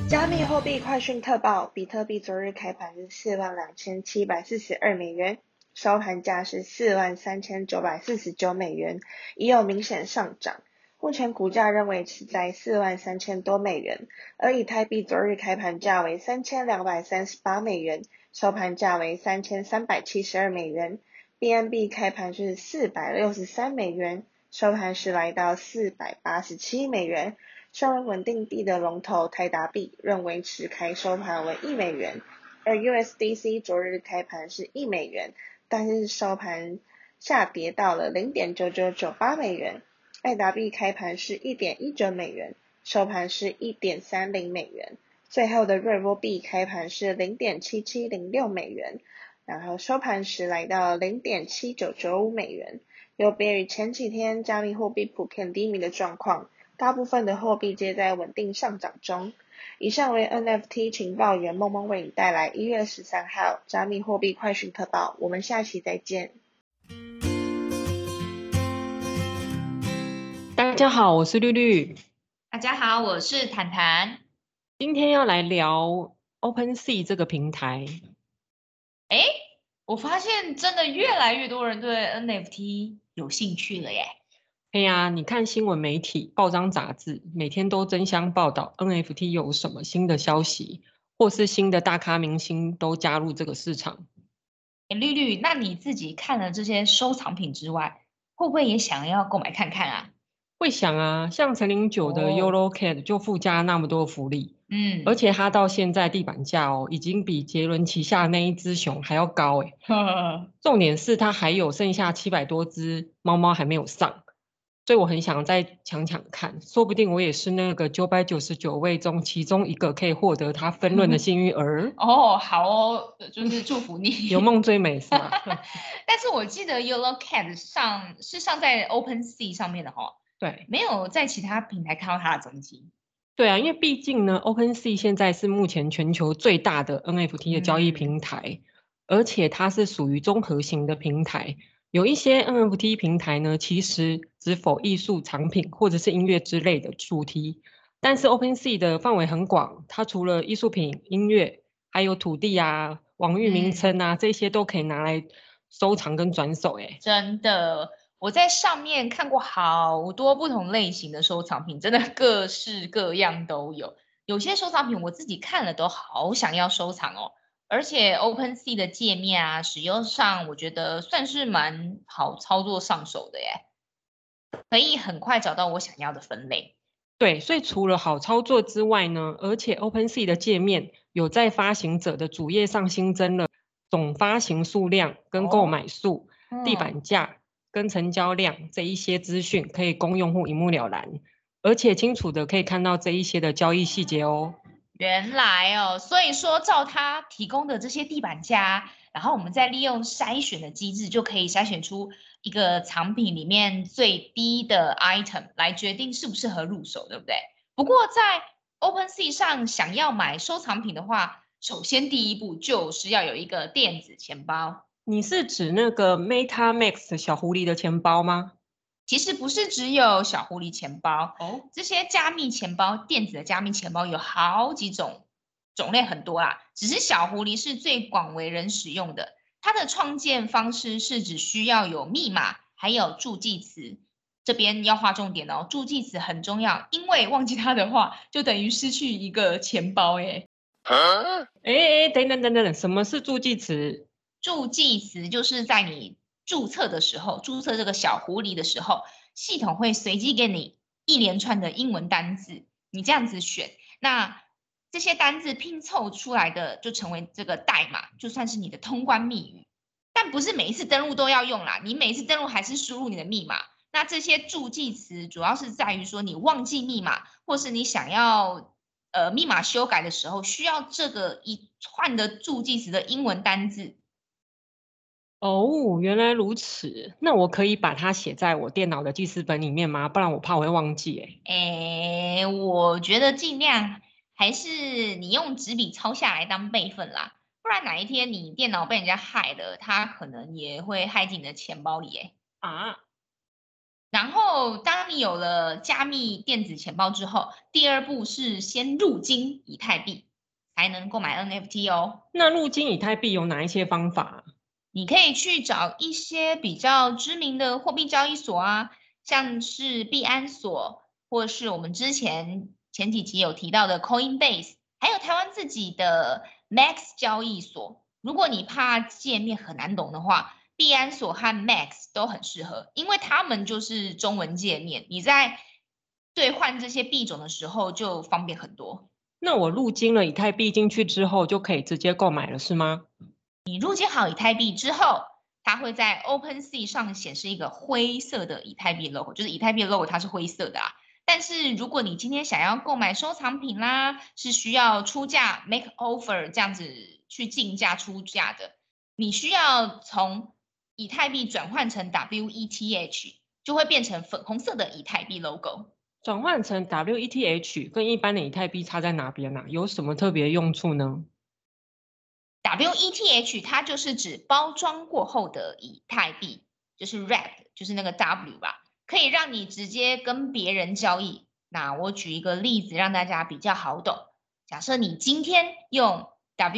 加密货币快讯特报，比特币昨日开盘是42742美元，收盘价是43949美元，已有明显上涨。目前股价仍维持在43000多美元，而以太币昨日开盘价为3238美元，收盘价为3372美元。BNB 开盘是463美元，收盘时来到487美元。稍为稳定币的龙头泰达币仍维持开收盘为1美元，而 USDC 昨日开盘是1美元，但是收盘下跌到了 0.9998 美元。爱达币开盘是 1.19 美元，收盘是 1.30 美元。最后的瑞波币开盘是 0.7706 美元，然后收盘时来到 0.7995 美元。有别于前几天加密货币普遍低迷的状况，大部分的货币皆在稳定上涨中。以上为 NFT 情报员梦梦为你带来1月13号加密货币快讯特报，我们下期再见。 大家好，我是绿绿。 大家好，我是坦坦。 今天要来聊 OpenSea 这个平台。 我发现真的越来越多人对 NFT 有兴趣了耶。 哎呀，你看新闻媒体、报章杂志，每天都争相报道 NFT 有什么新的消息，或是新的大咖明星都加入这个市场。 绿绿，那你自己看了这些收藏品之外，会不会也想要购买看看啊？ 会想啊，像陈09的 Yolo Cat 就附加那么多福利，而且它到现在地板价已经比杰伦旗下那一只熊还要高哎。重点是它还有剩下700多只猫猫还没有上，所以我很想再抢抢看，说不定我也是那个999位中其中一个可以获得它分润的幸运儿。 好哦，就是祝福你。 有梦最美是吗？ 但是我记得 Yellow Cat 上在 OpenSea 上面的对， 没有在其他平台看到它的踪迹。 对啊，因为毕竟呢 ，OpenSea 现在是目前全球最大的 NFT 的交易平台，而且它是属于综合型的平台。有一些 NFT 平台呢，其实只否艺术藏品或者是音乐之类的主题，但是 OpenSea 的范围很广，它除了艺术品、音乐，还有土地啊、网域名称啊，这些都可以拿来收藏跟转手。 真的。我在上面看过好多不同类型的收藏品，真的各式各样都有。有些收藏品我自己看了都好想要收藏哦。而且 OpenSea 的界面啊，使用上我觉得算是蛮好操作上手的耶，可以很快找到我想要的分类。 对，所以除了好操作之外呢，而且 OpenSea 的界面有在发行者的主页上新增了总发行数量跟购买数、地板价跟成交量这一些资讯，可以供用户一目了然，而且清楚的可以看到这一些的交易细节哦。 原来哦，所以说照他提供的这些地板价，然后我们再利用筛选的机制，就可以筛选出一个藏品里面最低的 item 来决定适不适合入手，对不对？不过在 OpenSea 上想要买收藏品的话，首先第一步就是要有一个电子钱包。 你是指那个 MetaMask 小狐狸的钱包吗？ 其实不是只有小狐狸钱包这些加密钱包，电子的加密钱包有好几种，种类很多啦。只是小狐狸是最广为人使用的，它的创建方式是只需要有密码，还有助记词。这边要划重点哦，助记词很重要，因为忘记它的话，就等于失去一个钱包等等，什么是助记词？ 助记词就是在你注册的时候，注册这个小狐狸的时候，系统会随机给你一连串的英文单字，你这样子选，那这些单字拼凑出来的就成为这个代码，就算是你的通关密语。但不是每一次登录都要用啦，你每一次登录还是输入你的密码。那这些助记词主要是在于说你忘记密码，或是你想要密码修改的时候，需要这个一串的助记词的英文单字。 哦，原来如此。那我可以把它写在我电脑的记事本里面吗？不然我怕我会忘记。 我觉得尽量还是你用纸笔抄下来当备份啦，不然哪一天你电脑被人家害了，他可能也会害进你的钱包里。 然后当你有了加密电子钱包之后，第二步是先入金以太币，才能购买 NFT 哦。 那入金以太币有哪一些方法？ 你可以去找一些比较知名的货币交易所啊，像是币安所，或者是我们前几集有提到的 Coinbase， 还有台湾自己的 Max 交易所。如果你怕界面很难懂的话，币安所和 Max 都很适合，因为他们就是中文界面，你在兑换这些币种的时候就方便很多。 那我入金了以太币进去之后，就可以直接购买了，是吗？ 你入金好以太币之后，它会在 OpenSea 上显示一个灰色的以太币 logo， 就是以太币的 logo 它是灰色的啊。但是如果你今天想要购买收藏品啦，是需要出价 make offer 这样子去竞价出价的，你需要从以太币转换成 WETH， 就会变成粉红色的以太币 logo。 转换成 WETH 跟一般的以太币差在哪边呢？有什么特别用处呢？ WETH 它就是指包装过后的以太币，就是 wrapped， 就是那个 W 吧，可以让你直接跟别人交易。那我举一个例子让大家比较好懂。假设你今天用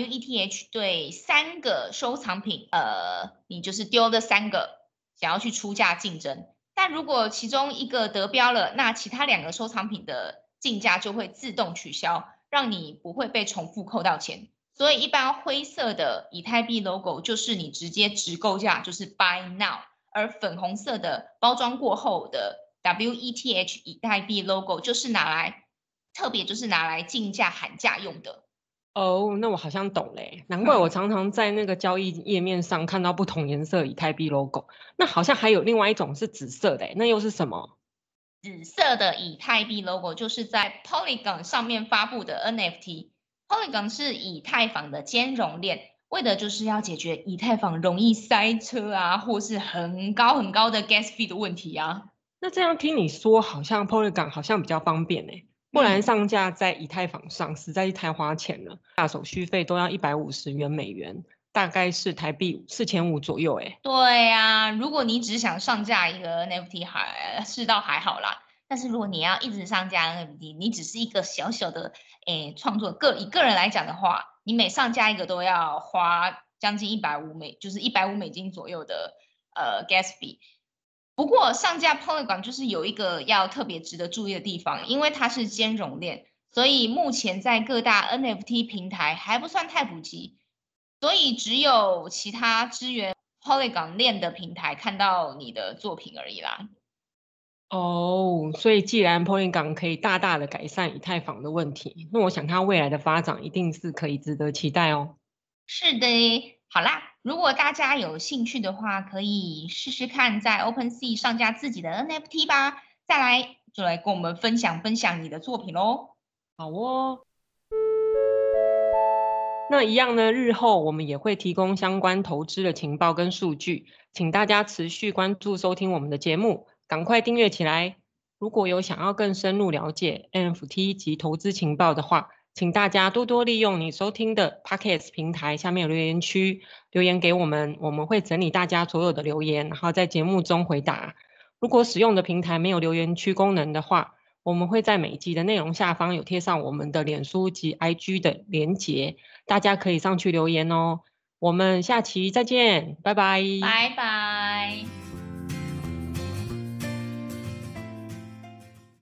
WETH 对3个收藏品，你就是丢了3个，想要去出价竞争。但如果其中一个得标了，那其他2个收藏品的竞价就会自动取消，让你不会被重复扣到钱。所以一般灰色的以太币 logo 就是你直接直购价，就是 buy now， 而粉红色的包装过后的 WETH 以太币 logo 就是特别就是拿来竞价喊价用的。 哦，那我好像懂嘞，难怪我常常在那个交易页面上看到不同颜色以太币 logo。那好像还有另外一种是紫色的，那又是什么？ 紫色的以太币 logo 就是在 Polygon 上面发布的 NFT。Polygon 是以太坊的兼容链，为的就是要解决以太坊容易塞车啊，或是很高很高的 gas fee 的问题啊。 那这样听你说，好像 Polygon 好像比较方便呢，不然上架在以太坊上实在是太花钱了，大手续费都要150元，大概是台币4500左右哎。 对啊，如果你只想上架一个 NFT 倒还好啦，但是如果你要一直上架 NFT，你只是一个小小的创作以个人来讲的话，你每上架一个都要花将近就是$150左右的gas fee。不过上架 Polygon 就是有一个要特别值得注意的地方，因为它是兼容链，所以目前在各大 NFT 平台还不算太普及。所以只有其他支援 Polygon 链的平台看到你的作品而已啦。 哦，所以既然 Polygon 可以大大的改善以太坊的问题，那我想它未来的发展一定是可以值得期待哦。 是的，好啦，如果大家有兴趣的话，可以试试看在 OpenSea 上架自己的 NFT 吧。再来就来跟我们分享你的作品咯。 好哦。那一样呢，日后我们也会提供相关投资的情报跟数据，请大家持续关注收听我们的节目，赶快订阅起来。如果有想要更深入了解 NFT 及投资情报的话，请大家多多利用你收听的 Podcast 平台下面有留言区留言给我们，我们会整理大家所有的留言，然后在节目中回答。如果使用的平台没有留言区功能的话，我们会在每集的内容下方有贴上我们的脸书及 IG 的连结，大家可以上去留言哦。我们下期再见，拜拜。 拜拜。